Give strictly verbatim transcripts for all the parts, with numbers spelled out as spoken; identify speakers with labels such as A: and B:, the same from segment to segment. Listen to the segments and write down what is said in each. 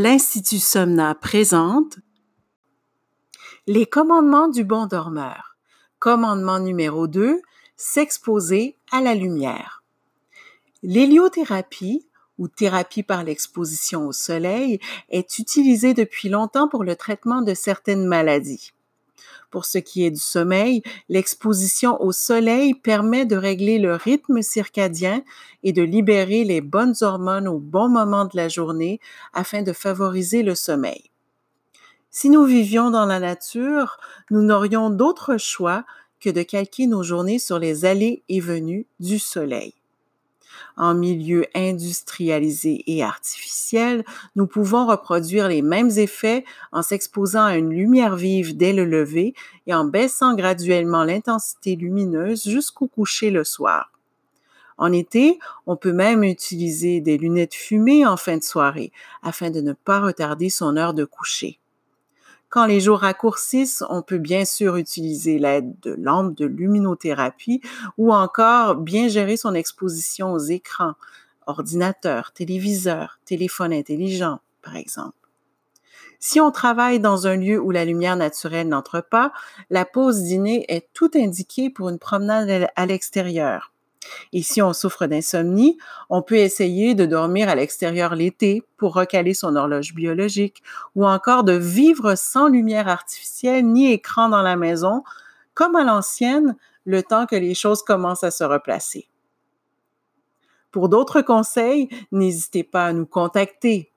A: L'Institut Somna présente les commandements du bon dormeur. Commandement numéro deux, s'exposer à la lumière. L'héliothérapie, ou thérapie par l'exposition au soleil, est utilisée depuis longtemps pour le traitement de certaines maladies. Pour ce qui est du sommeil, l'exposition au soleil permet de régler le rythme circadien et de libérer les bonnes hormones au bon moment de la journée afin de favoriser le sommeil. Si nous vivions dans la nature, nous n'aurions d'autre choix que de calquer nos journées sur les allées et venues du soleil. En milieu industrialisé et artificiel, nous pouvons reproduire les mêmes effets en s'exposant à une lumière vive dès le lever et en baissant graduellement l'intensité lumineuse jusqu'au coucher le soir. En été, on peut même utiliser des lunettes fumées en fin de soirée afin de ne pas retarder son heure de coucher. Quand les jours raccourcissent, on peut bien sûr utiliser l'aide de lampes de luminothérapie ou encore bien gérer son exposition aux écrans, ordinateurs, téléviseurs, téléphones intelligents, par exemple. Si on travaille dans un lieu où la lumière naturelle n'entre pas, la pause dîner est tout indiquée pour une promenade à l'extérieur. Et si on souffre d'insomnie, on peut essayer de dormir à l'extérieur l'été pour recaler son horloge biologique ou encore de vivre sans lumière artificielle ni écran dans la maison, comme à l'ancienne, le temps que les choses commencent à se replacer. Pour d'autres conseils, n'hésitez pas à nous contacter.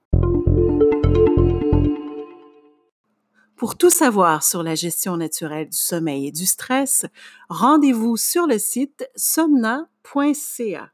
A: Pour tout savoir sur la gestion naturelle du sommeil et du stress, rendez-vous sur le site somna point c a.